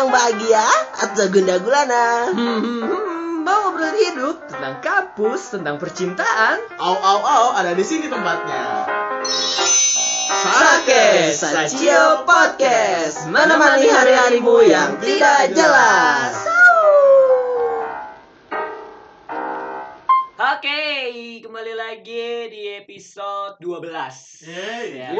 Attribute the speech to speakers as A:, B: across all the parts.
A: yang bahagia atau gundah gulana?
B: Mau ngobrol hidup tentang kampus, tentang percintaan?
C: Ada di sini tempatnya.
B: Sake Sachio Podcast, menemani hari-harimu yang tidak jelas. Oke, kembali lagi di episode 12. Ya.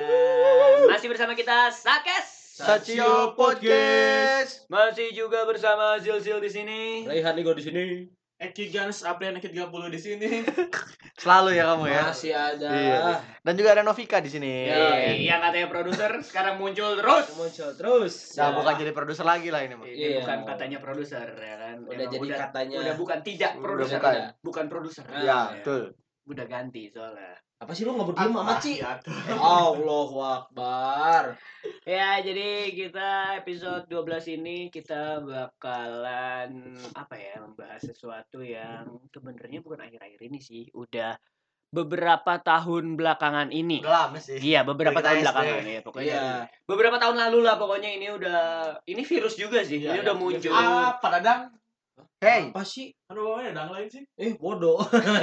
B: Masih bersama kita Sakes
C: Sachio Podcast.
B: Masih juga bersama Zil di sini.
D: Raihan Nigo di sini.
C: Eki Gans, Aprian Eki 30 di sini.
D: Selalu ya kamu ya.
A: Masih ada.
D: Iya. Dan juga ada Novika di sini.
B: Yang katanya produser sekarang muncul terus.
D: Nah, bukan jadi produser lagi lah ini mah.
B: Ini bukan katanya produser ya kan.
A: Udah jadi katanya.
B: Udah bukan tidak produser.
D: bukan.
B: Bukan produser.
D: Ya, betul.
B: Udah ganti soalnya.
A: Apa sih lu nggak berdiem amat sih?
C: Ya,
A: Allahu Akbar.
B: Ya, jadi kita episode 12 ini kita bakalan membahas sesuatu yang sebenarnya bukan akhir-akhir ini sih, udah beberapa tahun belakangan ini.
D: Udah lama sih.
B: Iya, beberapa tahun
D: Dari SD.
B: belakangan ya pokoknya.
A: Iya.
B: Beberapa tahun lalu lah pokoknya ini virus juga sih. Ini udah muncul.
C: Pak Dadang.
D: Hey,
A: Apa sih?
C: Aduh, bawahnya Dadang lain sih.
A: Bodoh.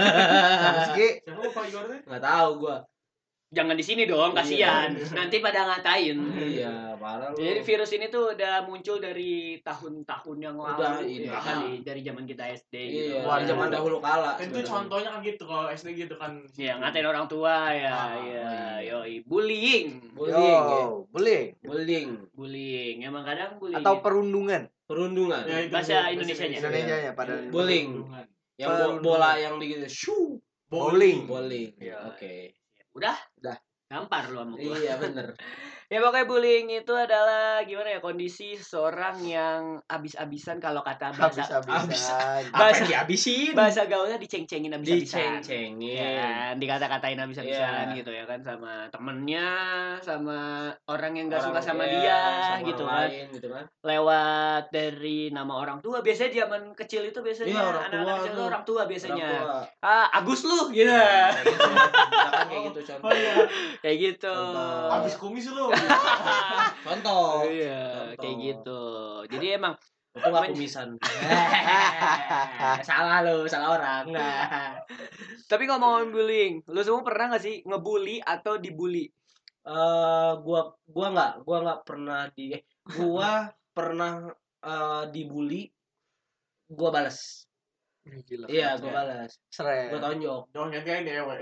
D: Rizky.
C: Siapa Pak Igor teh?
A: Nggak tahu gua.
B: Jangan di sini dong, kasihan. Nanti pada ngatain.
A: Iya, parah lu.
B: Jadi virus ini tuh udah muncul dari tahun-tahun yang
A: Udah,
B: lalu,
A: iya.
B: ya kan, dari zaman kita SD gitu.
A: Iya,
D: Wah,
A: zaman dahulu kala.
C: Itu
A: sebenarnya.
C: contohnya kan gitu kalau SD gitu kan.
B: Ya, ngatain orang tua ya, yoi, bullying.
A: Bullying, ya.
D: Bullying.
A: Bullying.
B: Emang kadang bullying.
D: Atau perundungan.
A: Perundungan.
C: Ya, itu
B: Bahasa
C: juga,
B: Indonesianya.
D: Indonesia ya pada
A: Bullying. Yang bola yang begitu. Shoo.
D: bowling.
A: Bullying.
B: Iya.
A: Oke.
B: Udah?
A: Udah.
B: Gampar lu sama gua.
A: Iya, bener.
B: Ya pokoknya bullying itu adalah gimana ya, kondisi seseorang yang abis-abisan kalau kata
D: Habis-habisan.
B: Bahasa-
A: dihabisin?
B: bahasa gaulnya diceng-cengin abis-abisan.
A: Diceng-cengin.
B: Ya, dikata-katain abis-abisan
A: Iya.
B: gitu ya kan, sama temennya, sama orang yang gak
A: Orang-
B: suka sama
A: iya,
B: dia
A: sama
B: gitu
A: orang
B: kan.
A: lain, gitu kan.
B: Lewat dari nama orang tua, biasanya zaman kecil itu biasanya
A: Iya, orang
B: anak-anak
A: tua
B: kecil itu
A: tuh.
B: orang tua biasanya.
A: Orang tua.
B: Agus lu gitu.
A: Misalkan kayak gitu contoh.
C: Oh iya.
B: Kayak gitu.
A: Contoh.
C: Habis kumis lu.
A: Contoh.
B: Iya,
A: Contoh.
B: kayak gitu. Jadi emang
A: Itu nggak kumisan. Salah lu, salah orang.
B: tapi ngomongin bullying, lu semua pernah gak sih ngebully atau dibully?
A: Gua nggak pernah gua pernah dibully, gua balas.
D: Gila.
A: Iya, gua balas.
D: Seret.
A: Gua tonjok.
C: Jangan gantian ya, we.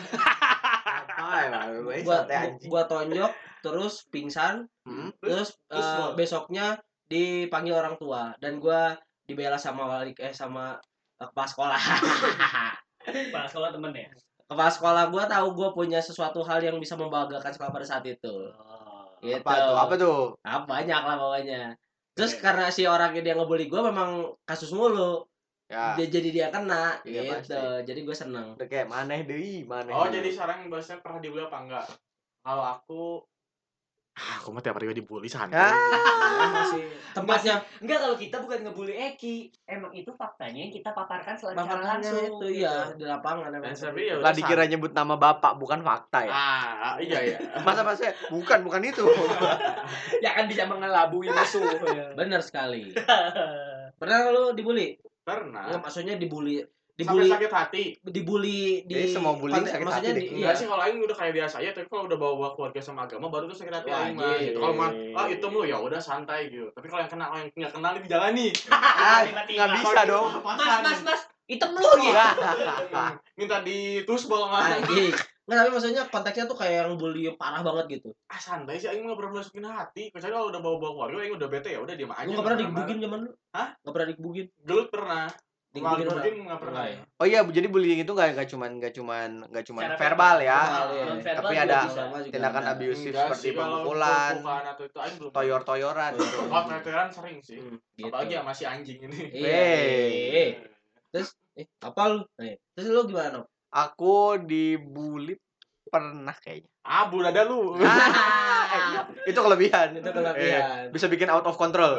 D: Apa ya?
A: Gua tonjok terus pingsan, terus
C: terus
A: besoknya dipanggil orang tua dan gua dibela sama sama kepala sekolah.
B: Kepala sekolah temen ya?
A: Kepala sekolah gua tahu gua punya sesuatu hal yang bisa membanggakan sekolah pada saat itu. Gitu.
D: Apa tuh?
A: Banyak lah pokoknya. Terus karena si orang ini yang ngebully gua memang kasus mulu.
D: Ya.
A: Jadi dia kena
D: Iya,
A: gitu.
D: pasti.
A: Jadi gua seneng.
D: Udah kayak maneh deui, maneh.
C: Oh,
D: deui.
C: jadi sekarang bahasanya pernah dibully apa enggak? Kalau aku mah tiap hari dibully santai.
A: Masih tempatnya
B: Enggak, kalau kita bukan ngebully Eki. Emang itu faktanya yang kita paparkan secara langsung.
A: itu ya di lapangan emang.
C: Tapi ya
D: Lah dikira nyebut nama bapak bukan fakta ya.
C: iya.
D: Masa bukan itu.
B: Ya kan bisa mengelabui musuh. Ya.
A: Bener sekali. Pernah lu dibully?
C: Pernah.
A: Nggak, maksudnya dibully
C: Sampai sakit hati.
A: dibully di
D: Jadi semua bullying sakit
A: maksudnya
D: hati deh.
A: iya.
C: Enggak sih, kalau aing udah kayak biasa aja, tapi kalau udah bawa keluarga sama agama baru tuh sakit hati
A: Wah,
C: aing mah gitu. Kalau mah itu lu ya udah santai gitu. Tapi kalau yang enggak kenal di jalan nih.
B: Tiba-tiba.
D: Nggak bisa dong.
B: Mas, hitam lu gitu.
C: Minta ditusbol mah.
A: Anjing. Nggak, tapi maksudnya konteksnya tuh kayak yang bully parah banget gitu.
C: Santai sih, aing mah enggak pernah masukin hati. Kecuali kalau udah bawa keluarga, aing udah bete ya udah diam aja.
A: Lu nggak pernah digebugin zaman lu?
C: Hah?
A: Nggak pernah digebugin?
C: Gelut pernah.
A: Digebugin
C: Kalau
A: orang?
C: digebugin nggak pernah.
A: Enggak ya?
D: Oh iya, jadi bullying itu nggak cuman
B: Secara
D: verbal ya.
A: verbal, iya.
B: Non-verbal
D: Tapi
B: juga
D: ada
B: bisa.
D: tindakan abusif
C: Enggak
D: seperti
C: sih, kalau
D: pemukulan,
C: pukul-pukulan atau itu aing belum.
D: toyor-toyoran gitu.
C: Oh, toyor-toyoran sering sih.
A: Gitu.
C: Apalagi sama si anjing ini.
A: Iya. Terus apa lu? Terus lu gimana, Nok?
D: Aku dibully pernah kayaknya.
C: Abu ada lu.
D: Itu kelebihan.
A: Itu kelebihan.
D: Bisa bikin out of control.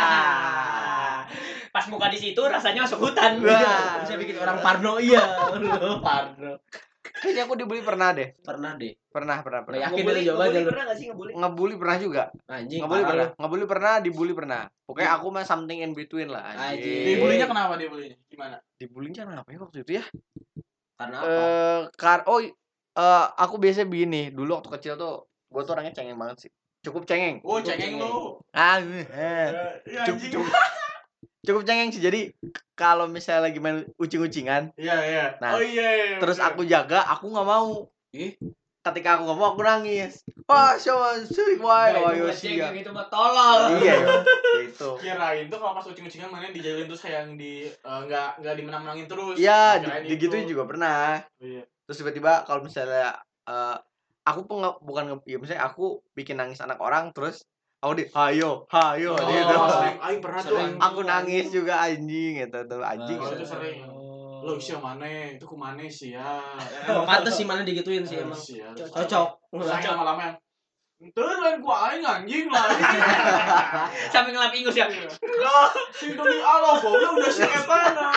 B: Pas muka di situ rasanya masuk hutan.
D: Wah.
A: Bisa bikin orang parno, iya. Lu parno.
D: Kayaknya aku dibully pernah deh.
A: Pernah deh.
D: Pernah.
A: Nggak yakin
B: Ngebully
A: itu jawabannya lu.
B: pernah nggak sih ngebully?
D: Ngebully pernah juga.
A: Anjing,
D: Ngebully
A: parah
D: pernah.
A: lu.
D: Ngebully pernah, dibully pernah. Pokoknya aku mah something in between lah.
A: Anjing.
C: Dibulinya kenapa dibulinya? Gimana?
D: Dibulinya kenapa ya waktu itu ya?
A: Karena apa?
D: Aku biasanya begini. Dulu waktu kecil tuh gua tuh orangnya cengeng banget sih. Cukup cengeng.
C: Oh, cengeng lu.
D: Cukup,
C: Iya anjing.
D: cukup cengeng sih. Jadi kalau misalnya lagi main ucing-ucingan,
C: Iya.
D: Nah,
C: Oh iya.
D: terus
C: bener.
D: aku jaga, aku nggak mau.
A: Ih,
D: Ketika aku nggak mau, aku nangis. Wah, Shawn, sweet why,
B: Nggak,
D: wah,
B: itu bukan
D: Yoshi
B: cengeng,
D: ya.
B: itu mah tolol.
D: Iya, ya. Gitu.
C: Kirain tuh kalau pas ucing-ucingan mana dijahilin terus kayak yang di nggak dimenang-menangin terus.
D: Iya,
C: Kirain
D: digituin
C: itu.
D: juga pernah.
C: Iya.
D: Terus tiba-tiba kalau misalnya aku ya misalnya aku bikin nangis anak orang, terus aku hayo,
C: Oh,
D: gitu.
C: sering. Aing pernah tuh
A: Sering.
C: anjing.
D: Aku nangis juga anjing gitu tuh anjing.
C: Oh,
D: gitu.
C: itu sering. Lo sih yang mana? Itu ku mana sih ya?
A: emang pantes sih mana digituin sih emang.
C: Sih ya.
A: Cocok.
C: Terus lama-lama yang terus lain ku aing anjing lah.
B: Sampai ngelap ingus ya.
C: Lah, sing demi Allah goblok udah si etana.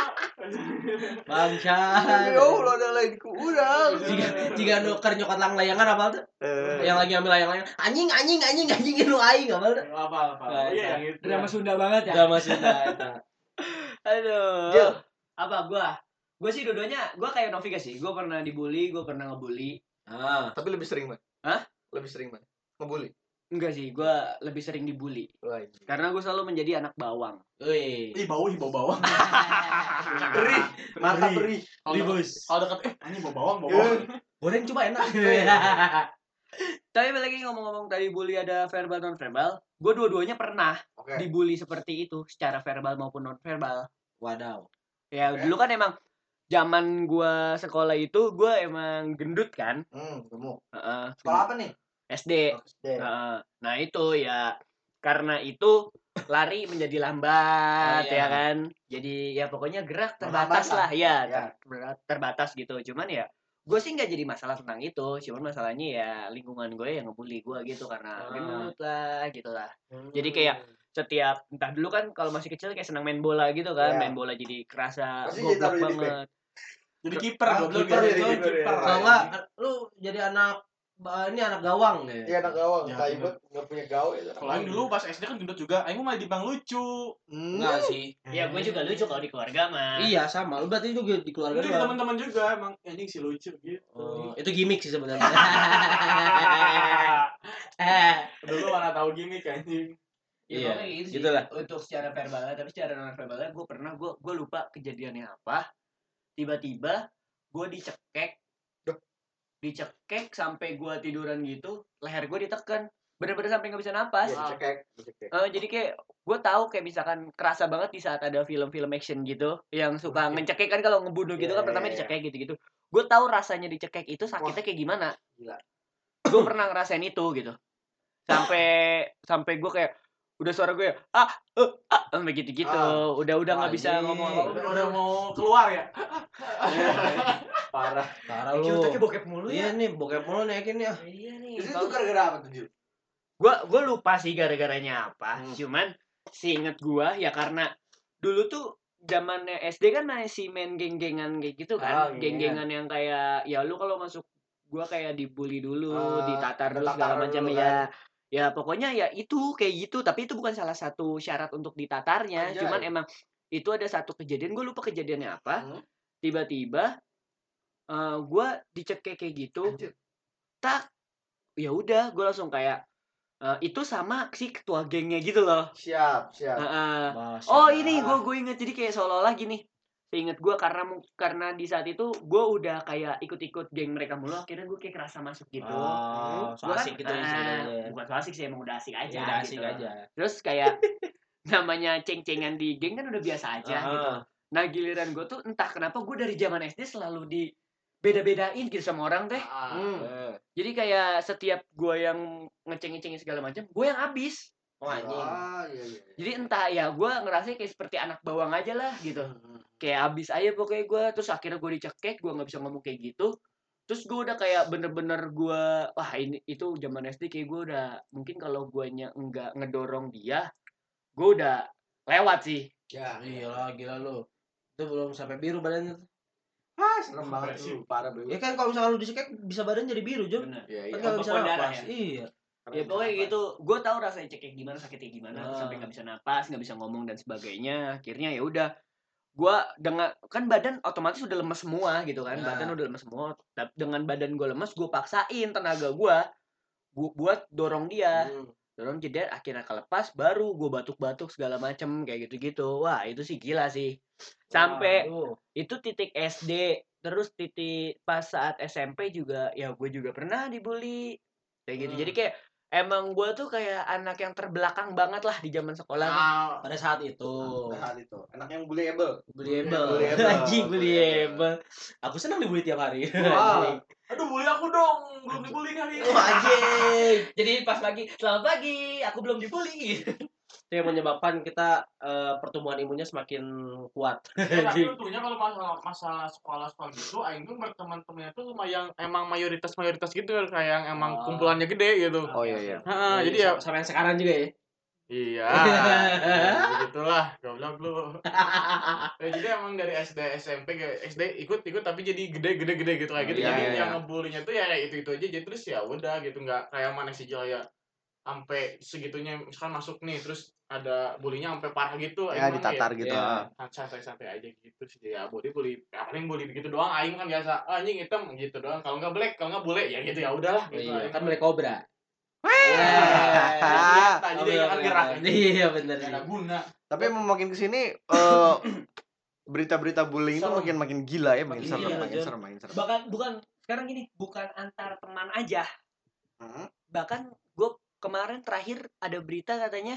A: Bangsat.
D: Ya Allah, ada lain ku urang.
A: Jika nuker nyokot lang layangan apal tuh?
D: Eh,
A: Yang lagi ambil layang-layang. Anjing lu aing apal tuh?
C: Apa? Iya yang itu.
B: Drama Sunda banget ya.
A: Udah masih eta.
B: Aduh.
D: Jel.
B: Apa gua sih dua-duanya gua kayak Novika sih. Gua pernah dibully, gua pernah ngebully.
A: Ah,
D: tapi lebih sering, Bang.
B: Hah?
D: Lebih sering, Bang. Ngebully.
B: Enggak sih, gua lebih sering dibully.
D: Wah, anjing.
B: Karena gua selalu menjadi anak bawang.
A: wih.
C: Ih bau bawang.
D: Perih, mata
C: Perih.
D: perih.
C: Kalau dekat anjing bau bawang.
A: Goreng coba enak.
B: Tapi lagi ngomong-ngomong tadi bully ada verbal non verbal, gua dua-duanya pernah
D: Oke.
B: dibully seperti itu secara verbal maupun non verbal.
A: Wadaw.
B: Ya
D: Oke.
B: dulu kan emang zaman gua sekolah itu gua emang gendut kan.
D: Gemuk.
B: Heeh,
D: Sekolah apa nih?
B: SD. Heeh. Nah itu ya karena itu lari menjadi lambat
A: Oh, iya.
B: ya kan. Jadi ya pokoknya gerak
D: Berhambat
B: terbatas
D: lah.
B: lah ya,
D: Ya.
B: terbatas gitu. Cuman ya gue sih nggak jadi masalah tentang itu. Cuman masalahnya ya lingkungan gue yang ngebully gue gitu karena gendut lah gitu lah. Jadi kayak setiap entah dulu kan kalau masih kecil kayak senang main bola gitu kan,
D: Ya.
B: main bola jadi kerasa
D: Pasti jadi
B: goblok
D: taruh jadi
B: banget.
C: Jadi kiper
D: Ah,
C: goblok
D: kiper
C: ya.
D: jadi kiper ya.
A: Kalau enggak lu jadi ini anak gawang ya.
D: Iya, anak gawang.
C: Ya,
D: Tai
C: bener.
D: banget enggak punya gawe.
C: Kalau aing dulu pas SD kan gendut juga, aing malah dibilang lucu.
A: Enggak sih.
B: Ya gue juga lucu kalau di keluarga mah.
A: Iya sama. Lu berarti juga di keluarga
C: Itu
A: lu.
C: teman-teman juga emang anjing si lucu gitu.
A: Oh, itu gimmick sih sebenarnya.
C: Dulu mana tahu gimmick anjing.
A: Iya,
B: Pokoknya gitu sih.
A: gitulah.
B: Untuk secara verbalnya, tapi secara non verbalnya gue lupa kejadiannya apa. Tiba-tiba gue dicekek sampai gue tiduran gitu, leher gue ditekan, bener-bener sampai nggak bisa napas.
D: Iya, dicekek.
B: Jadi kayak gue tahu kayak misalkan kerasa banget di saat ada film-film action gitu yang suka ngecekek kan kalau ngebunuh gitu kan pertama dicekek gitu-gitu. Gue tahu rasanya dicekek itu sakitnya kayak gimana.
D: Gila.
B: Gue pernah ngerasain itu gitu. Sampai gue kayak udah suara gue sampai gitu-gitu. Udah nggak bisa ngomong apa-apa.
C: Udah mau keluar ya.
D: Parah.
A: Parah
B: Lu
A: lu.
B: bokep mulu ya.
A: Iya nih, bokep mulu nih yakin ya.
B: Iya nih.
D: Itu gara-gara apa tuh, Jul?
B: Gue lupa sih gara-garanya apa. Cuman seinget gue ya karena dulu tuh zamannya SD kan masih main geng-gengan kayak gitu kan. Geng-gengan yang kayak ya lu kalau masuk gue kayak dibully dulu, ditatar dulu segala macam
D: dulu
B: ya. Ya pokoknya ya itu kayak gitu, tapi itu bukan salah satu syarat untuk ditatarnya.
D: Anjay.
B: Cuman emang itu ada satu kejadian, gue lupa kejadiannya apa. Tiba-tiba gue dicekek kayak gitu.
D: Anjir.
B: Tak ya udah gue langsung kayak itu sama si ketua gengnya gitu loh.
D: Siap.
B: Oh ini gue inget jadi kayak seolah-olah gini. Seinget gue karena di saat itu gue udah kayak ikut-ikut geng mereka mulu, akhirnya gue kayak kerasa masuk gitu.
A: So
B: Gua
A: asik gitu sebenarnya.
B: bukan so asik sih, emang udah asik aja.
A: Ya, udah asik
B: gitu.
A: aja.
B: Terus kayak namanya ceng-cengan di geng kan udah biasa aja gitu. Nah giliran gue tuh entah kenapa gue dari zaman SD selalu di beda-bedain gitu sama orang teh. Jadi kayak setiap gue yang ngeceng-ngecengin segala macam, gue yang abis.
A: Oh anjing.
D: Iya.
B: Jadi entah ya gue ngerasa kayak seperti anak bawang aja lah gitu. Kayak abis aja pokoknya gue. Terus akhirnya gue dicekek, gue nggak bisa ngomong kayak gitu. Terus gue udah kayak bener-bener gue, wah ini itu zaman SD kayak gue udah mungkin kalau guanya nggak ngedorong dia, gue udah lewat sih.
D: Ya,
A: Gila lu. Itu belum sampai biru badannya tuh.
D: Serem banget tuh, parah bro.
A: Ya kan kalau misalkan lu disekek bisa badan jadi biru, Jon.
B: Bener.
D: Iya,
A: Kan
D: iya.
A: nggak bisa
B: Pembekuan darah
A: napas.
B: ya?
A: Iya.
B: Ya pokoknya gitu, gue tahu rasanya cekek gimana, sakitnya gimana, terus sampai
A: Ah.
B: nggak bisa napas, nggak bisa ngomong dan sebagainya. Akhirnya ya udah, gue dengan kan badan otomatis udah lemes semua gitu kan,
A: Ya.
B: badan udah lemes semua. Dengan badan gue lemes, gue paksain tenaga gue buat dorong dia, dorong jeder, akhirnya kelepas, baru gue batuk-batuk segala macem kayak gitu-gitu. Wah itu sih gila sih. Sampai
A: Waduh.
B: itu titik SD, terus titik pas saat SMP juga, ya gue juga pernah dibully kayak gitu. Jadi kayak emang gue tuh kayak anak yang terbelakang banget lah di zaman sekolah tuh.
A: Pada saat itu.
D: Saat itu. Anak yang bullyable.
A: Bullyable.
D: Bullyable.
A: Anjing bullyable. Aku senang dibully tiap hari.
D: Wah.
C: Aduh, bully aku dong. Belum dibully kali ini.
A: Wah, anjing.
B: Jadi pas pagi, selamat pagi, aku belum dibully.
A: Itu yang menyebabkan kita pertumbuhan imunnya semakin kuat.
C: Ya, tapi untungnya kalau masalah sekolah gitu, aing tuh berteman-temannya tuh lumayan emang mayoritas gitu kayak yang emang
A: Oh.
C: kumpulannya gede gitu.
D: Oh iya iya.
C: Heeh, jadi ya
A: sama yang sekarang juga ya.
C: iya. Ya, begitulah, goblok lu. Ya, jadi emang dari SD SMP ke SD ikut tapi jadi gede gitu kayak gitu.
D: Iya,
C: Jadi
D: iya.
C: yang ngebulinya tuh ya itu aja. Jadi terus ya udah gitu, nggak kayak mana si Jaya sampai segitunya misalkan masuk nih terus ada bulinya sampai parah gitu.
D: Ya
C: Aing mah
D: ditatar gitu.
A: Iya.
C: santai-santai aja gitu sih ya, bully paling bully begitu doang. Aing kan biasa anjing hitam gitu doang, kalau nggak black, kalau nggak bule ya gitu, ya udahlah
A: Oh,
C: gitu.
A: iya,
C: Aing
A: kan
C: mah.
A: Black Cobra.
C: Jadi dia kan gerak kan.
A: Iya benar
C: Nggak
A: sih.
C: ada guna.
D: Tapi emang makin kesini berita-berita bullying itu
C: Serem.
D: makin gila ya, makin
A: Makin
D: serem,
A: gila,
D: makin
A: Jon.
D: serem, makin serem.
B: Bahkan bukan sekarang gini, bukan antar teman aja.
D: Hmm?
B: Bahkan gue kemarin terakhir ada berita katanya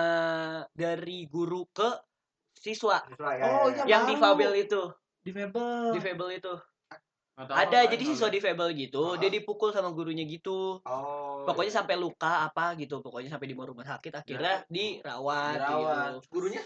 B: dari guru ke siswa
A: Oh, iya.
B: yang
A: Baru.
B: difabel itu,
A: Difabel.
B: difabel itu.
C: Nggak tahu
B: Ada
C: apa
B: jadi siswa difabel gitu,
D: Ah.
B: dia dipukul sama gurunya gitu.
D: Oh.
B: Pokoknya
D: iya.
B: sampai luka apa gitu, pokoknya sampai dibawa rumah sakit, akhirnya dirawat.
A: Dirawat.
B: Gitu.
D: Gurunya?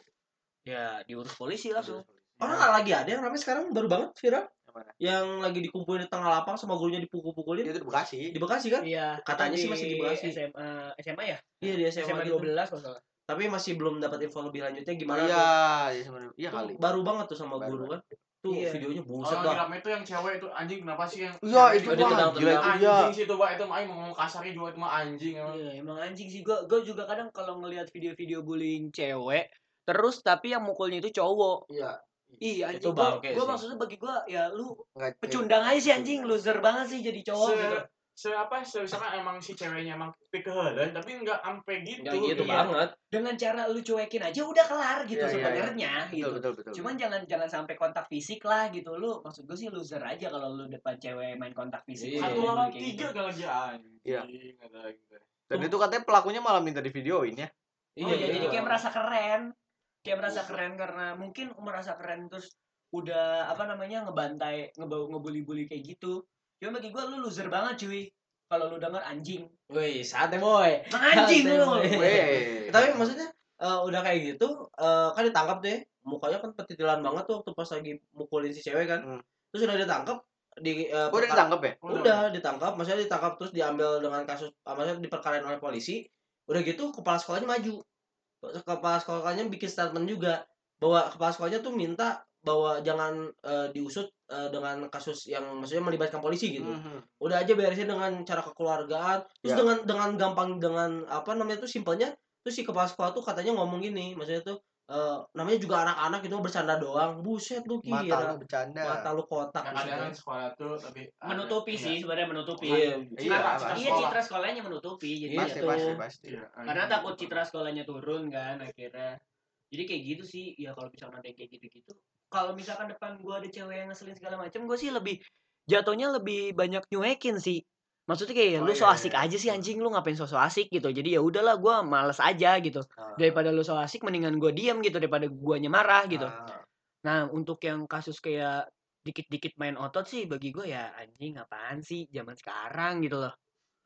B: Ya diurus polisi langsung.
A: Orang nggak lagi ada yang ramai sekarang baru banget viral.
D: Yang mana?
A: Yang lagi dikumpulin di tengah lapang sama gurunya dipukul-pukulin.
D: Itu di Bekasi.
A: Di Bekasi kan?
B: Iya,
A: Katanya
B: itu
A: sih masih di Bekasi.
B: SMA ya?
A: Iya di SMA,
B: SMA
A: gitu.
B: 12 kalau salah.
A: Tapi masih belum dapat info lebih lanjutnya
D: Oh,
A: gimana.
D: iya,
A: tuh.
D: iya sebenarnya. Iya
A: Tuh
D: kali.
A: baru banget tuh sama
D: Baru
A: guru kan. Tuh
B: Iya.
A: videonya
C: Oh,
A: buset
C: yang
A: dah.
C: rame itu yang cewek itu anjing, kenapa sih yang
D: Iya,
C: cewek
D: itu
A: Oh, dia
D: mah
A: tendang,
D: gila itu
A: tendang.
D: dia.
C: anjing sih itu, Pak. Itu mah aing mau ngomong kasarnya juga itu mah anjing emang.
B: Iya, emang anjing sih. Gue juga kadang kalau ngelihat video-video bullying cewek, terus tapi yang mukulnya itu cowok.
D: Iya.
B: Iya
A: Itu
B: anjing.
A: bangke
B: Gue
A: sih.
B: maksudnya bagi gue ya lu
D: Enggak.
B: pecundang aja sih anjing, loser banget sih jadi cowok gitu.
C: Misalkan emang si ceweknya emang kehelan tapi nggak ampe gitu.
A: Nggak gitu
B: Iya.
A: banget.
B: Dengan cara lu cuekin aja udah kelar gitu
D: Iya, iya,
B: sebenarnya gitu.
D: Betul.
B: Cuman jangan sampai kontak fisik lah gitu. Lu maksud gue sih loser aja kalau lu depan cewek main kontak fisik.
A: Iya.
C: Satu lawan
B: Kayak
C: tiga
B: gitu.
C: kan lagi anjing.
D: Iya.
C: Ada gitu.
D: Dan itu katanya pelakunya malah minta di videoin ya.
B: Oh iya, jadi kayak merasa keren. Kayak merasa keren karena mungkin merasa keren terus udah apa namanya ngebantai, ngebully-bully kayak gitu. Cuma bagi gue lu loser banget cuy. Kalau lu denger anjing.
A: Wih, santai boy.
B: Anjing
A: Santai,
B: lu.
A: boy.
D: Weh.
A: Tapi maksudnya udah kayak gitu kan ditangkap deh. Mukanya kan petitilan banget tuh waktu pas lagi mukulin si cewek kan.
D: Hmm.
A: Terus udah ditangkap di
D: Udah ditangkap ya?
A: Udah ditangkap, maksudnya ditangkap terus diambil dengan kasus maksudnya diperkarain oleh polisi. Udah gitu kepala sekolahnya maju. Kepala sekolahnya bikin statement juga bahwa kepala sekolahnya tuh minta bahwa jangan diusut dengan kasus yang maksudnya melibatkan polisi gitu.
D: Mhm.
A: Udah aja beresin dengan cara kekeluargaan. Terus
D: Ya.
A: dengan gampang, dengan apa namanya tuh simpelnya. Terus si kepala sekolah tuh katanya ngomong gini, maksudnya tuh namanya juga anak-anak itu bercanda doang. Buset lu
D: Mata
A: kira.
D: lu bercanda.
A: Mata lu kotak.
C: Kadang kan sekolah tuh tapi
B: Menutupi sih sebenarnya menutupi.
A: Iya.
D: Iya,
B: Iya citra sekolahnya menutupi jadi
A: Iya,
D: pasti.
B: karena takut citra sekolahnya turun kan akhirnya. Jadi kayak gitu sih, ya kalau misalkan ada yang kayak gitu-gitu. Kalau misalkan depan gua ada cewek yang ngeselin segala macam, gua sih lebih jatuhnya lebih banyak nyuekin sih. Maksudnya kayak
D: Oh,
B: lu so
D: iya,
B: asik
D: iya.
B: aja sih anjing, lu ngapain so asik gitu. Jadi ya udahlah gua males aja gitu. Daripada lu so asik mendingan gua diam gitu daripada guanya marah gitu. Nah, untuk yang kasus kayak dikit-dikit main otot sih bagi gua ya anjing apaan sih zaman sekarang gitu loh.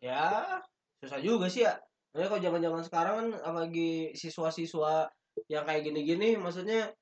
A: Ya, susah juga sih ya. Makanya kalau zaman-zaman sekarang kan apalagi siswa-siswa yang kayak gini-gini, maksudnya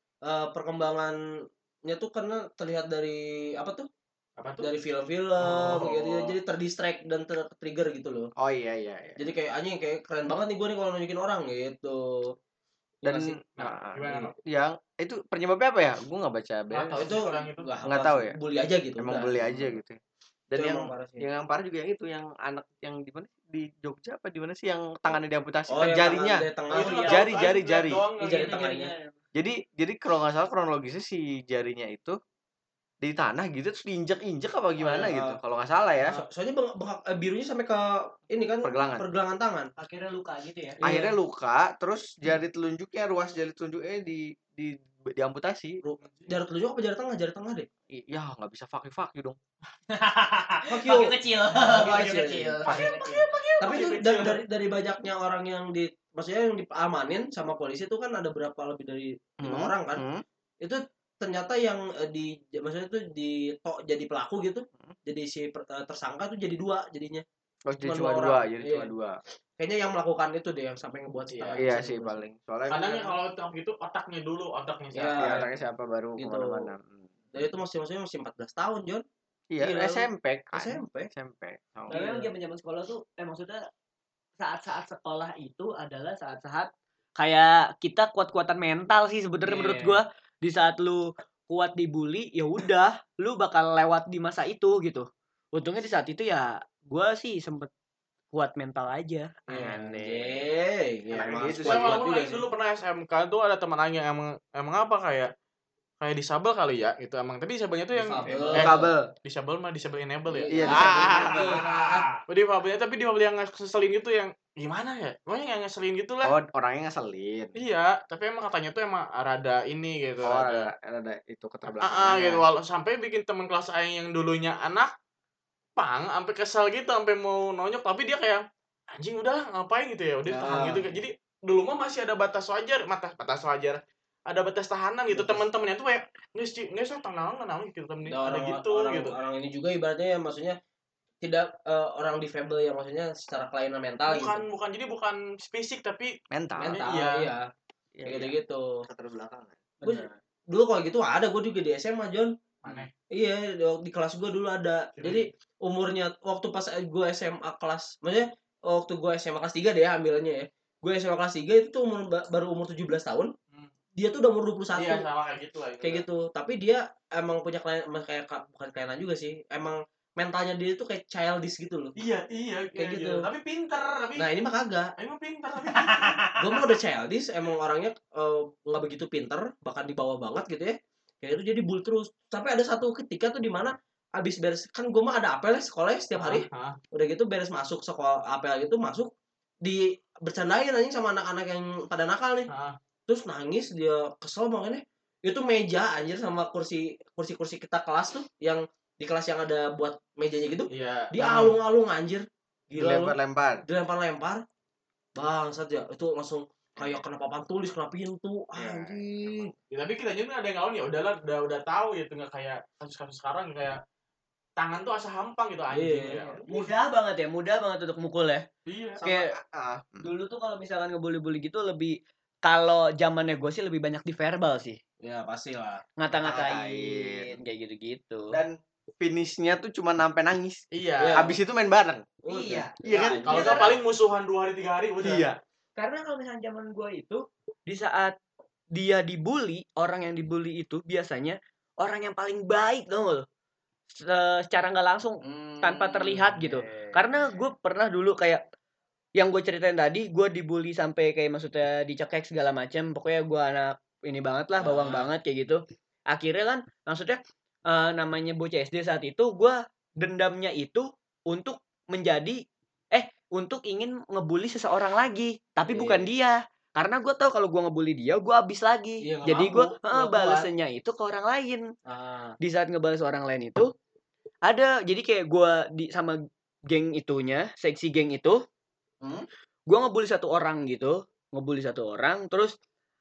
A: perkembangannya tuh karena terlihat dari apa tuh?
C: Apa tuh?
A: Dari film-film
C: Oh.
A: gitu ya. Jadi terdistract dan trigger gitu loh.
D: Oh iya.
A: Jadi kayak anjing kayak keren banget nih gue nih kalau nunjukin orang gitu.
D: Dan
A: Iya sih.
C: Nah, gimana, Nok?
D: yang itu penyebabnya apa ya? Gue nggak baca beres.
C: Tahu
A: itu
C: sih orang itu.
D: Nggak tahu ya?
A: bully aja gitu
D: Emang
A: udah.
D: bully aja gitu. Dan
A: Itu
D: yang
A: emang parah sih.
D: yang parah juga yang itu yang anak yang di mana sih? Di Jogja apa di mana sih yang tangannya diamputasi
A: Oh, yang
D: jarinya.
A: tangan dari tengah
C: Oh, itu
A: tuh
C: nggak
A: ya.
C: tahu,
D: Jari,
C: soalnya
D: jari,
C: lihat
D: jari.
C: doang,
A: Ini
C: nggak
A: jari
C: gitu.
A: tengahnya.
D: Jadi kalau nggak salah kronologisnya si jarinya itu di tanah gitu terus diinjek-injek apa gimana
C: iya.
D: gitu. Kalau nggak salah ya.
A: Soalnya birunya sampai ke ini kan
D: Pergelangan.
A: tangan.
B: Akhirnya luka gitu ya.
D: Akhirnya luka, terus jari telunjuknya, ruas jari telunjuknya diamputasi.
A: Jari telunjuk apa jari tengah? Jari tengah deh.
D: Ya nggak bisa fuck you dong.
A: Fuck you.
B: Pakai kecil. Pakai
A: kecil.
B: kecil.
D: Pakai
A: Tapi itu
C: kecil.
A: dari banyaknya orang yang maksudnya yang diamanin sama polisi itu kan ada berapa lebih dari 5 orang kan. Itu ternyata yang maksudnya itu jadi pelaku gitu. Jadi si tersangka tuh jadi 2 jadinya.
D: Oh, jadi
A: Cuma
D: cuma
A: 2
D: dua,
A: orang.
D: jadi
A: Iya.
D: cuma 2.
A: Kayaknya yang melakukan itu deh yang sampai ngebuat si tangan.
D: Iya sih paling. Soalnya
C: Kadang ya kalau waktu itu otaknya dulu, otaknya
A: Iya.
C: siapa.
D: ya, anaknya siapa baru
A: Gitu.
D: kemana-mana.
A: Dan itu maksudnya masih 14 tahun, Jon.
D: Iya,
A: Gila,
D: SMP kan.
A: SMP.
D: Oh.
B: Tapi emang zaman sekolah tuh maksudnya saat-saat sekolah itu adalah saat-saat kayak kita kuat-kuatan mental sih sebenarnya menurut gua. Di saat lu kuat dibully, ya udah, lu bakal lewat di masa itu gitu. Untungnya di saat itu ya gua sih sempet kuat mental aja.
A: Anjay. Ya,
D: Emang
A: emang
D: gitu
A: harus
D: sih.
A: kuat-kuat
C: Aku
A: juga
C: lagi
A: sih.
C: dulu pernah SMK tuh ada teman aing yang emang apa kayak disabel kali ya gitu emang, tapi disabelnya tuh yang
A: Difabel.
D: Kabel.
C: disabel mah disabel enable ya.
D: Iya,
C: Difabelnya tapi difabel yang ngeselin gitu yang gimana ya? Pokoknya yang ngeselin gitu lah.
D: Oh, orangnya ngeselin.
C: Iya, tapi emang katanya tuh emang rada ini gitu.
D: Oh, ada itu keterbelakangannya.
C: gitu walau sampai bikin teman kelas aing yang dulunya anak pang sampai kesel gitu sampai mau nonyok, tapi dia kayak anjing udah ngapain gitu ya udah tahan gitu. Jadi dulu mah masih ada batas wajar, batas wajar, ada batas tahanan gitu. Teman-temannya tuh kayak nggak usah tenang gitu temen
A: Nah,
C: ada gitu gitu.
A: orang ini juga ibaratnya ya maksudnya tidak orang difabel yang maksudnya secara kelainan mental gitu.
C: Jadi bukan fisik tapi
D: mental.
A: Iya.
D: Iya,
A: Kayak gitu-gitu.
D: keterbelakangan.
A: Dulu kalau gitu ada, gue juga di SMA, Jon.
C: aneh.
A: Iya, di kelas gue dulu ada. Jadi umurnya waktu pas gue SMA kelas, maksudnya waktu gue SMA kelas 3 deh ambilnya ya. Gue SMA kelas 3 itu tuh baru umur 17 tahun. Dia tuh udah umur 21.
C: Iya, sama kayak gitu lah.
A: Kayak gitu. Tapi dia emang punya bukan kelainan juga sih. Emang mentalnya dia tuh kayak childish gitu loh.
C: Iya,
A: Kayak gitu.
C: Tapi pinter, tapi
A: Nah, ini mah kagak.
C: emang pinter tapi
A: Gue mau udah childish, emang orangnya nggak begitu pinter, bahkan di bawah banget gitu ya. Kayak itu jadi bully terus. Sampai ada satu ketika tuh di mana abis beres, kan gue mah ada apel ya sekolahnya setiap hari. Udah gitu beres masuk sekolah apel gitu masuk di bercandain anjing sama anak-anak yang pada nakal nih. Terus nangis, dia kesel makanya itu meja anjir sama kursi kita kelas tuh yang di kelas yang ada buat mejanya gitu.
C: Iya.
A: Dia alung-alung anjir. Gila lu.
D: Dilempar.
A: Bangsat ya, itu langsung kayak kena papan tulis, kena pintu, anjing.
C: Ya, tapi kita juga ada yang ngelawan ya udahlah, udah tahu gitu, nggak kayak kasus-kasus sekarang kayak tangan tuh asa hampang gitu anjing.
A: Iya.
B: Mudah banget untuk mukul ya.
C: Iya.
B: Kayak dulu tuh kalau misalkan ngebully-bully gitu lebih, kalau zamannya gue sih lebih banyak di verbal sih.
A: Ya pastilah.
B: Ngata-ngatain kayak gitu-gitu.
D: Dan finishnya tuh cuma sampai nangis.
C: Iya.
D: Habis itu main bareng.
B: Iya.
D: Iya kan?
C: Kalau nggak paling musuhan 2 hari 3 hari udah.
D: Iya.
B: Karena kalau misalnya zaman gue itu, di saat dia dibully, orang yang dibully itu biasanya orang yang paling baik, tau gak lo? Secara nggak langsung, tanpa terlihat gitu. Karena gue pernah dulu kayak yang gue ceritain tadi, gue dibully sampai kayak maksudnya dicekek segala macam. Pokoknya gue anak ini banget lah, bawang banget kayak gitu. Akhirnya kan maksudnya namanya bocah SD saat itu, gue dendamnya itu untuk menjadi untuk ingin ngebully seseorang lagi, tapi bukan dia. Karena gue tahu kalau gue ngebully dia, gue habis lagi.
A: Iya,
B: jadi gue
A: balesannya
B: itu ke orang lain. Di saat ngebales orang lain itu ada, jadi kayak gue sama geng itunya, seksi geng itu, gue ngebully satu orang, terus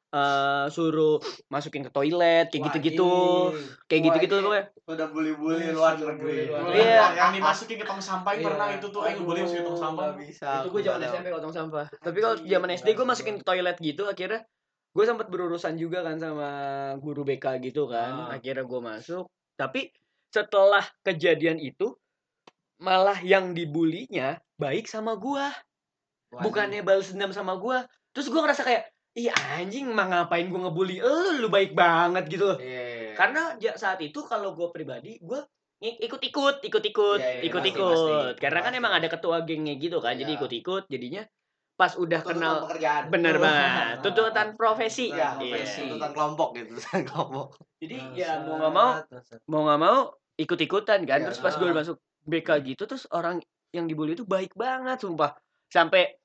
B: suruh masukin ke toilet kayak gitu-gitu. Kayak gitu-gitu pokoknya.
D: Udah bully-bully luar negeri.
B: Iya.
C: Yang dimasukin ke tong sampah pernah itu tuh aing bully masukin tong sampah.
D: Bisa.
B: Itu gue zaman SMP kalau tong sampah. Tapi kalau zaman SD gue masukin ke toilet gitu, akhirnya gue sempat berurusan juga kan sama guru BK gitu kan. Akhirnya gue masuk. Tapi setelah kejadian itu malah yang dibulinya baik sama gue. Bukannya balas dendam sama gue. Terus gue ngerasa kayak, Ih anjing mah ngapain gue ngebully lu baik banget gitu loh.
D: Iya.
B: Karena saat itu kalau gue pribadi gue ikut-ikut
D: Iya, iya, pasti.
B: karena kan
D: Pasti.
B: emang ada ketua gengnya gitu kan, jadi
D: Iya.
B: ikut-ikut jadinya pas udah
D: Tuntutan
B: kenal
D: pekerjaan.
B: bener banget tuntutan profesi.
D: Iya,
A: profesi.
D: tuntutan kelompok gitu, tuntutan kelompok.
B: Jadi ya mau nggak mau ikut-ikutan kan.
D: Iya.
B: Terus pas gue masuk BK gitu terus orang yang dibully itu baik banget sumpah. Sampai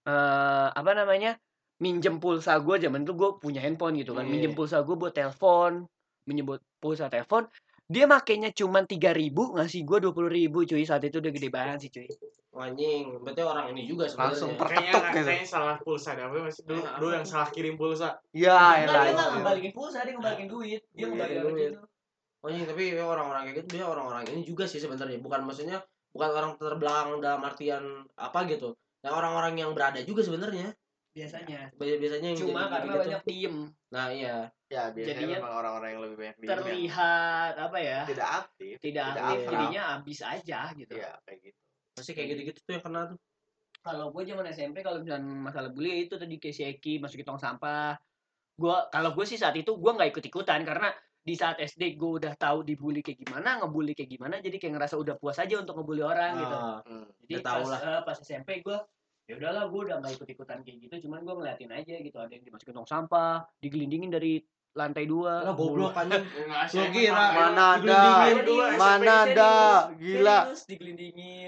B: apa namanya? Minjem pulsa gue zaman itu gue punya handphone gitu kan.
A: Iya.
B: Minjem pulsa gue buat telepon, minjem pulsa telepon. Dia makainya cuma 3.000 ngasih gue 20.000 cuy. Saat itu udah gede banget sih cuy.
A: Anjing, berarti orang ini juga
D: Langsung
A: sebenarnya.
D: Ketuk gitu.
C: Kayaknya salah pulsa dah. Masih dulu yang salah kirim pulsa.
D: Iya,
B: Enggak, dia nggak
D: iya.
B: ngebalikin pulsa, dia ngebalikin duit. Dia
A: Ngebalikin
B: ngebalikin
A: duit.
B: duit.
A: Anjing, tapi orang-orang kayak gitu dia orang-orang ini juga sih sebenarnya. Bukan maksudnya bukan orang terbelakang dalam artian apa gitu. Yang orang-orang yang berada juga sebenarnya.
B: Biasanya.
A: Biasanya yang
B: Cuma
A: jadi
B: karena
A: gitu.
B: banyak diem.
A: Nah, iya.
D: Ya, biasanya
B: Jadinya
D: memang orang-orang yang lebih banyak diem yang
B: Terlihat apa ya?
D: tidak aktif.
B: Tidak
D: tidak
B: aktif.
D: aktif.
B: Jadinya habis aja gitu.
D: Iya, kayak gitu.
A: Pasti kayak gitu-gitu tuh yang kena tuh.
B: Kalau gue zaman SMP kalau misalnya masalah bully itu tadi kayak si Eki masukin tong sampah. Kalau gue sih saat itu gue nggak ikut-ikutan karena di saat SD gue udah tahu dibully kayak gimana, ngebully kayak gimana, jadi kayak ngerasa udah puas aja untuk ngebully orang gitu. Jadi
A: udah tahu
B: pas SMP gue ya udahlah gue udah nggak ikut-ikutan kayak gitu, cuman gue ngeliatin aja gitu ada yang dimasukin tong sampah, digelindingin dari lantai 2.
A: Lah goblok anjing.
C: Enggak
A: Lu kira
D: Mana ada?
A: digelindingin.
D: Mana ada? Gila.
B: Serius digelindingin.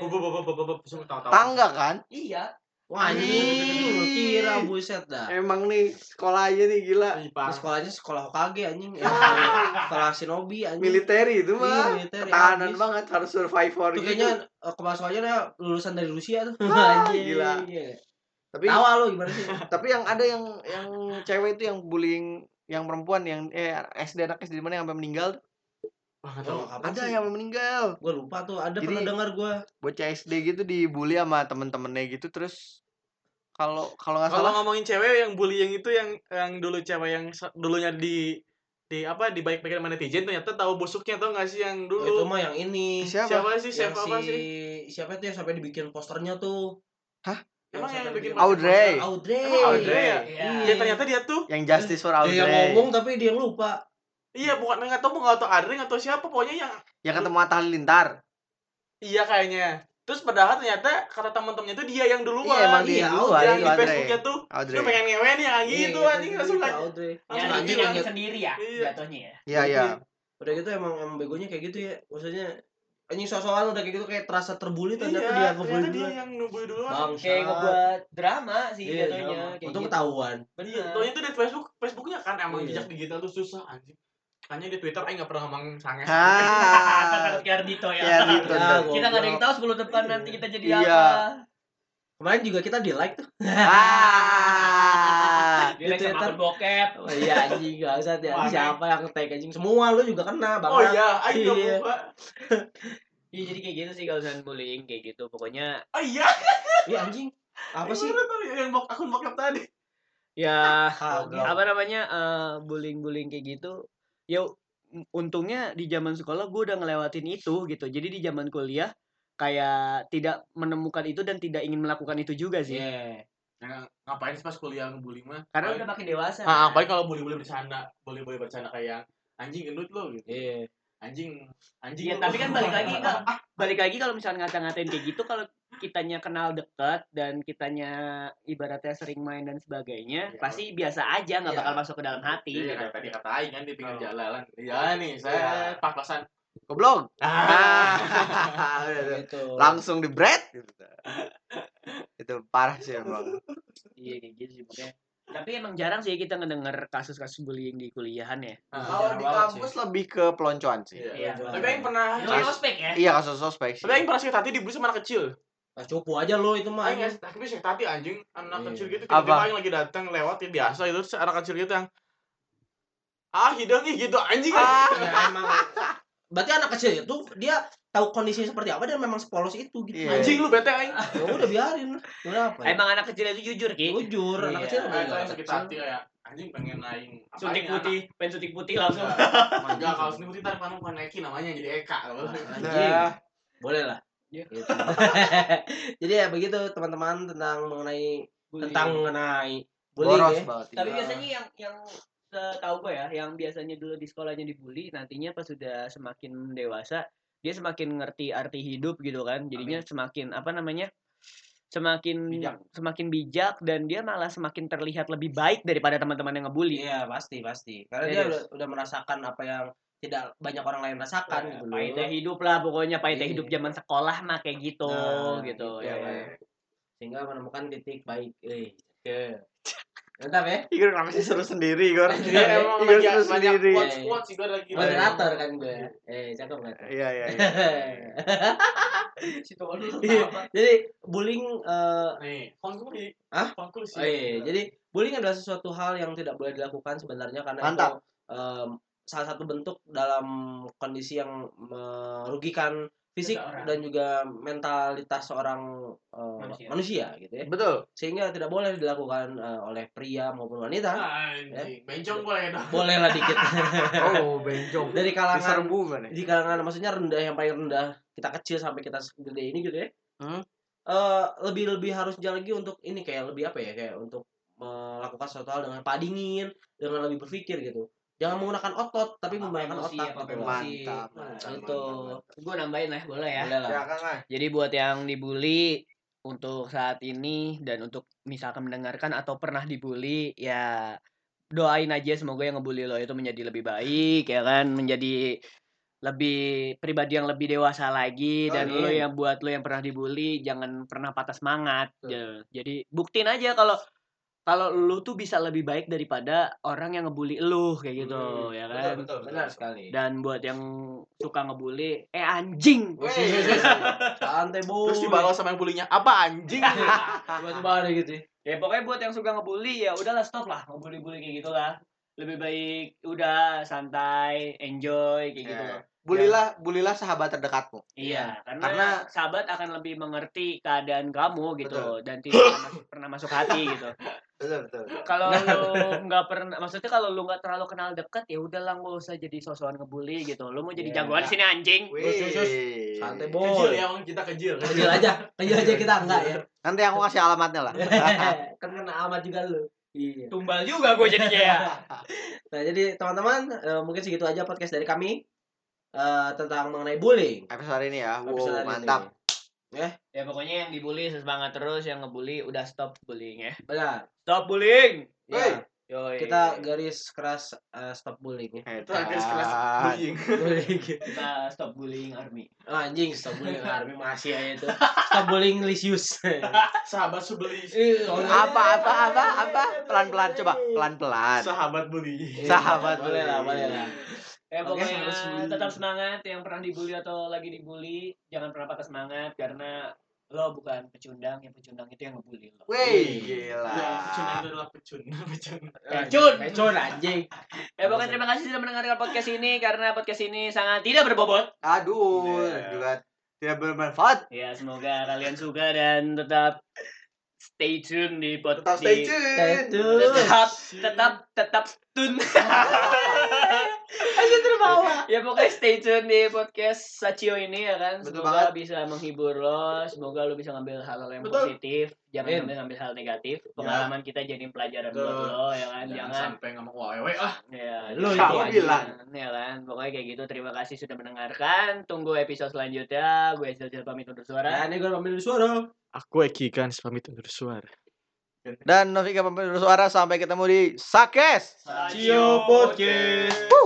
D: Tangga kan?
B: Iya.
A: Wah anjing, lu kira buset dah.
D: Emang nih sekolah aja nih gila.
A: Di sekolahnya sekolah Hokage anjing. Sekolah Shinobi anjing.
D: Militeri itu
A: Iya,
D: mah.
A: militer,
D: Ketahanan
A: abis.
D: banget harus survivor
A: Itu
D: gitu.
A: kayaknya kepala sekolahnya lulusan dari Rusia tuh.
D: Wah,
A: Anjing.
D: gila. Tapi
A: Tawa lu gimana sih?
D: tapi yang ada yang cewek itu yang bullying yang perempuan yang SD anak SD di mana yang sampai meninggal tuh. Ada yang sampai meninggal.
A: Gue lupa tuh, ada
D: Jadi,
A: pernah dengar gue.
D: Bocah SD gitu dibully sama temen-temennya gitu terus kalau nggak
C: Kalau
D: salah
C: ngomongin cewek yang bullying itu yang dulu cewek yang dulunya di baik-baikin sama netizen ternyata tahu busuknya tau gak sih yang dulu.
A: Itu mah yang ini.
C: Siapa sih?
A: Yang
C: Siapa apa sih?
A: Siapa tuh yang sampai dibikin posternya tuh?
D: Hah?
C: Emang yang bikin
D: Audrey.
C: Audrey ya? Iya, ternyata dia tuh.
D: Yang Justice for Audrey.
A: Dia yang ngomong tapi dia yang lupa.
C: Iya, bukan enggak tahu Audrey enggak tahu siapa, pokoknya yang
D: ketemu Atta Halilintar.
C: Iya kayaknya. Terus padahal ternyata kata teman-temannya itu dia yang duluan.
D: Iya, emang dia duluan,
C: yang
D: itu
C: di
D: Audrey.
C: Facebooknya tuh.
D: Audrey.
C: Dia pengen ngewe nih kayak gitu anjing langsung aja.
A: Audrey.
B: Yang
C: Langsung
B: bikin
C: aja.
B: sendiri ya
C: Iya.
B: jatuhnya ya.
D: Iya, iya.
A: Udah gitu emang begonya kayak gitu ya. Maksudnya anjing sosokan udah kayak gitu kayak terasa terbully ternyata
C: Iya,
A: dia
C: ternyata
A: ngebully
C: dia
A: duluan.
C: yang ngebully duluan.
A: Bangsa.
B: Kayak ngebuat drama sih
A: Iya,
B: jatuhnya
A: drama.
B: kayak
A: Untung
B: gitu.
A: ketahuan.
C: Iya, soalnya itu di Facebooknya kan emang
A: Iya.
C: jejak digital tuh susah anjing. Makanya di Twitter aing enggak pernah ngomong sange.
B: Takut kayak Ardito ya.
D: Kayak Ardito,
B: Kita
A: dah.
B: nggak ada yang tahu sebelum depan nanti kita jadi
D: Iya.
B: apa.
A: Kemarin juga kita di like tuh.
B: Dia like sama akun bokep.
A: Oh iya anjing gak usah ya.
C: Wah,
A: Siapa yang nge-tag anjing? Semua lu juga kena Bang.
C: Oh iya, aing enggak
A: Iya.
C: buka.
B: Iya jadi kayak gitu sih kalau misalnya bullying kayak gitu. Pokoknya
C: Oh iya.
A: Iya anjing. Apa sih?
C: Baru tahu yang akun bokep tadi.
B: ya
A: Goblok.
B: apa namanya bullying kayak gitu. Ya untungnya di zaman sekolah gue udah ngelewatin itu gitu. Jadi di zaman kuliah kayak tidak menemukan itu dan tidak ingin melakukan itu juga sih.
A: Iya.
C: Nah, ngapain sih pas kuliah ngebully mah?
B: Karena udah makin dewasa.
C: Nah, apalagi kalau bully-bully bercanda, bully-bully bercanda kayak anjing gendut lo gitu.
A: Iya.
C: Anjing
B: Iya,
C: lo.
B: tapi kan balik lagi kalau misalnya ngata-ngatain kayak gitu kalau kitanya kenal dekat dan kitanya ibaratnya sering main dan sebagainya,
C: Iya.
B: pasti biasa aja nggak
C: Iya.
B: bakal masuk ke dalam hati.
C: Iya,
B: gitu.
C: kayak tadi kata aing kan di pinggir
A: Oh.
C: jalan. Iya nih, saya
D: Iya.
C: pas-pasan.
D: Goblok.
A: Gitu.
D: Langsung di bread gitu. Itu parah sih emang.
B: Iya kayak gitu sih makanya. Tapi emang jarang sih kita ngedenger kasus-kasus bullying di kuliahan ya.
D: Kalau di kampus lebih ke peloncoan sih.
B: Iya.
C: Tapi aing pernah
B: Itu ospek ya.
D: Iya, kasus ospek sih.
C: Tapi aing pernah sakit hati dibully sama anak kecil.
A: Nah, cupu aja lo itu mah.
C: Aing tapi sakit hati anjing, anak
A: Iya.
C: kecil gitu
D: Apa?
C: tiba-tiba aing lagi datang lewat ya biasa itu terus anak kecil gitu yang hidung gitu anjing.
A: Ya, emang. Berarti anak kecil itu dia tahu kondisinya seperti apa dan memang sepolos itu gitu.
D: Iya.
C: Anjing lu bete aing.
A: Ya udah biarin. Kenapa? Ya?
B: Emang anak kecil itu jujur Ki.
A: Jujur, anak
B: Iya.
A: kecil
C: Aing
A: memang
C: tuh
A: anak
C: sakit
A: kecil.
C: hati kayak anjing pengen aing
B: Suntik
C: aing
B: putih, pengen suntik putih langsung.
C: Enggak, kalau suntik putih ntar bukan Eki namanya jadi Eka.
A: Anjing. Boleh lah.
B: Iya.
A: Gitu. Jadi ya begitu teman-teman tentang mengenai bullying
D: Boros
A: ya.
D: banget.
B: Tapi
D: iya.
B: biasanya yang setahu gue ya, yang biasanya dulu di sekolahnya dibully, nantinya pas sudah semakin dewasa, dia semakin ngerti arti hidup gitu kan. Jadinya semakin apa namanya? Semakin bijak dan dia malah semakin terlihat lebih baik daripada teman-teman yang ngebully.
A: Iya, pasti. Karena
B: Serius.
A: dia udah merasakan apa yang tidak banyak orang lain rasakan gitu loh.
B: Pahitnya hidup lah pokoknya, pahitnya
A: Iya.
B: hidup zaman sekolah mah kayak gitu
A: Nah,
B: gitu ya kan.
A: Sehingga menemukan titik baik. Mantap ya.
D: Igor kenapa sih seru sendiri, Igor?
C: Iya, emang
D: Igor
C: banyak
D: seru sendiri.
C: quotes sih gue lagi.
A: Moderator kan gue. Cakep kan.
D: Iya.
A: Jadi bullying
C: Nih, conclusi.
A: Hah?
C: Conclusi.
A: jadi bullying adalah sesuatu hal yang tidak boleh dilakukan sebenarnya karena
D: Mantap.
A: itu salah satu bentuk dalam kondisi yang merugikan fisik
B: Seseorang.
A: dan juga mentalitas seorang manusia gitu ya.
D: Betul.
A: Sehingga tidak boleh dilakukan oleh pria maupun wanita.
C: Anjing, bencong boleh dong.
A: Bolehlah dikit.
D: Oh, bencong.
A: Dari kalangan
D: Diserbu kan ya?
A: di kalangan maksudnya rendah, yang paling rendah, kita kecil sampai kita gede ini gitu ya. Lebih harusnya lagi untuk ini kayak lebih apa ya, kayak untuk melakukan sesuatu hal dengan kepala dingin, dengan lebih berpikir gitu. Jangan menggunakan otot tapi menggunakan
B: emosi
A: otak
B: ya,
A: gitu.
D: Mantap.
A: Itu.
B: Gue nambahin lah, boleh ya.
A: Boleh lah.
D: Ya kan, Mas?
B: Jadi buat yang dibully untuk saat ini dan untuk misalkan mendengarkan atau pernah dibully, ya doain aja semoga yang ngebully lo itu menjadi lebih baik ya kan, menjadi lebih pribadi yang lebih dewasa lagi, dan lo yang buat lo yang pernah dibully jangan pernah patah semangat. Jadi buktiin aja kalau lu tuh bisa lebih baik daripada orang yang ngebully lu kayak gitu ya kan.
A: Benar sekali.
B: Dan buat yang suka ngebully, anjing.
A: Santai, Boy.
C: Terus dibalas sama yang bulinya, apa anjing?
A: Tiba-tiba ada gitu ya.
B: Ya pokoknya buat yang suka ngebully ya udahlah, stop lah ngebully-bully kayak gitulah. Lebih baik udah santai, enjoy kayak gitu loh.
D: Bulilah sahabat terdekatmu.
B: Iya, karena sahabat akan lebih mengerti keadaan kamu gitu, dan tidak pernah masuk hati gitu.
D: Betul.
B: Kalau lu nggak pernah, maksudnya kalau lu nggak terlalu kenal dekat, ya udahlah nggak usah jadi sosokan ngebully gitu. Lu mau jadi jagoan di sini anjing.
A: Santai,
C: Kecil
A: Boy.
C: ya, kita kecil.
A: Kecil aja kita enggak ya.
D: Nanti aku kasih alamatnya lah.
A: Kan kena amat juga lu. Iya.
B: Tumbal juga gue jadinya ya.
A: Nah, jadi teman-teman, mungkin segitu aja podcast dari kami tentang mengenai bullying.
D: Episode ini ya.
A: Episode
D: Wow,
A: hari
D: mantap.
A: ini.
B: Ya pokoknya yang dibully semangat terus, yang ngebully udah stop bullying ya.
A: Benar.
B: Stop bullying.
A: Ya.
B: Yoi.
A: Kita garis keras stop bullying ya.
C: Itu agak kelas bullying.
A: Bullying.
B: Kita stop bullying army.
A: Anjing, stop bullying army masih aja itu. Stop bullying Lisius.
C: Sahabat sebeli.
D: Apa? Pelan-pelan coba, pelan-pelan.
C: Sahabat bully.
D: Sahabat
A: boleh lah.
B: Pokoknya
A: harus bully.
B: tetap semangat yang pernah dibully atau lagi dibully, jangan pernah patah semangat karena lo bukan pecundang, yang pecundang itu yang ngebully lo.
D: Wih, gila.
C: Ya, pecun itu adalah pecun.
A: Pecun anjing.
B: Pokoknya terima kasih sudah mendengarkan podcast ini, karena podcast ini sangat tidak berbobot.
D: Aduh, juga tidak bermanfaat.
B: Ya, semoga kalian suka dan tetap stay tune di
D: Tetap stay tune.
B: tetap tune.
A: Aja terbawa.
B: Ya pokoknya stay tune di podcast Sacio ini ya kan.
D: Betul
B: Semoga
D: banget.
B: bisa menghibur lo, semoga lo bisa ngambil hal-hal yang
C: Betul.
B: positif, jangan
A: Amin.
B: ngambil hal negatif. Pengalaman kita jadi pelajaran buat lo ya kan. Jangan
C: sampai ngomong wewe lah.
B: ya,
A: Lo
B: jangan
A: itu
B: jangan,
D: bilang.
B: ya kan. Pokoknya kayak gitu. Terima kasih sudah mendengarkan. Tunggu episode selanjutnya. Gue Zil pamit undur suara.
A: Nah, ini gue ambil suara.
C: Aku Eki kan pamit undur suara.
D: Dan Novika pemimpin suara, sampai ketemu di Sakes.
B: Sacio
A: Podcast.